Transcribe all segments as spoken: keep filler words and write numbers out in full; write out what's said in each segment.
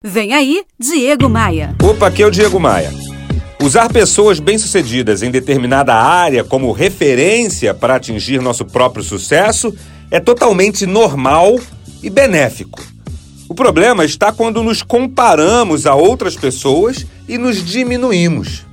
Vem aí, Diego Maia. Opa, aqui é o Diego Maia. Usar pessoas bem-sucedidas em determinada área como referência para atingir nosso próprio sucesso é totalmente normal e benéfico. O problema está quando nos comparamos a outras pessoas e nos diminuímos.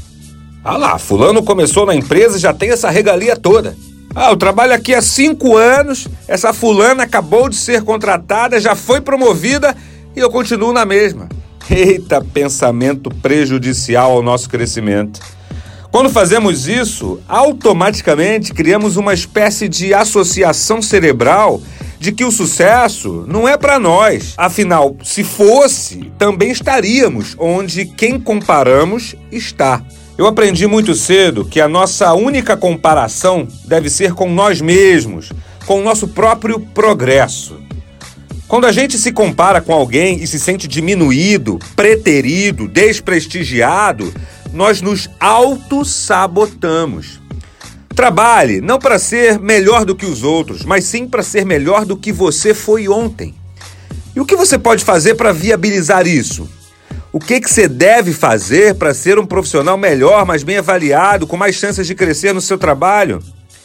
Ah lá, fulano começou na empresa e já tem essa regalia toda. Ah, eu trabalho aqui há cinco anos, essa fulana acabou de ser contratada, já foi promovida e eu continuo na mesma. Eita, pensamento prejudicial ao nosso crescimento. Quando fazemos isso, automaticamente criamos uma espécie de associação cerebral de que o sucesso não é para nós. Afinal, se fosse, também estaríamos onde quem comparamos está. Eu aprendi muito cedo que a nossa única comparação deve ser com nós mesmos, com o nosso próprio progresso. Quando a gente se compara com alguém e se sente diminuído, preterido, desprestigiado, nós nos autossabotamos. Trabalhe não para ser melhor do que os outros, mas sim para ser melhor do que você foi ontem. E o que você pode fazer para viabilizar isso? O que que você deve fazer para ser um profissional melhor, mais bem avaliado, com mais chances de crescer no seu trabalho?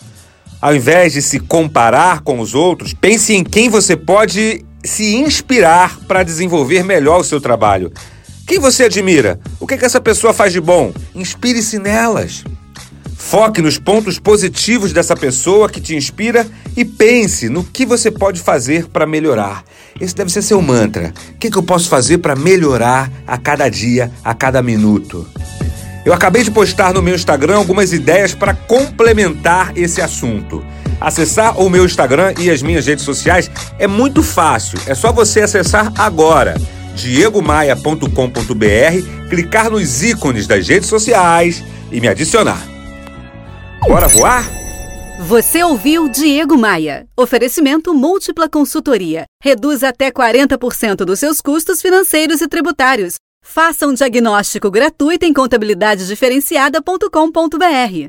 Ao invés de se comparar com os outros, pense em quem você pode se inspirar para desenvolver melhor o seu trabalho. Quem você admira? O que que essa pessoa faz de bom? Inspire-se nelas. Foque nos pontos positivos dessa pessoa que te inspira e pense no que você pode fazer para melhorar. Esse deve ser seu mantra. O que que eu posso fazer para melhorar a cada dia, a cada minuto? Eu acabei de postar no meu Instagram algumas ideias para complementar esse assunto. Acessar o meu Instagram e as minhas redes sociais é muito fácil. É só você acessar agora, diego maia ponto com ponto b r, clicar nos ícones das redes sociais e me adicionar. Bora voar? Você ouviu Diego Maia. Oferecimento Múltipla Consultoria. Reduz até quarenta por cento dos seus custos financeiros e tributários. Faça um diagnóstico gratuito em contabilidade diferenciada ponto com ponto b r.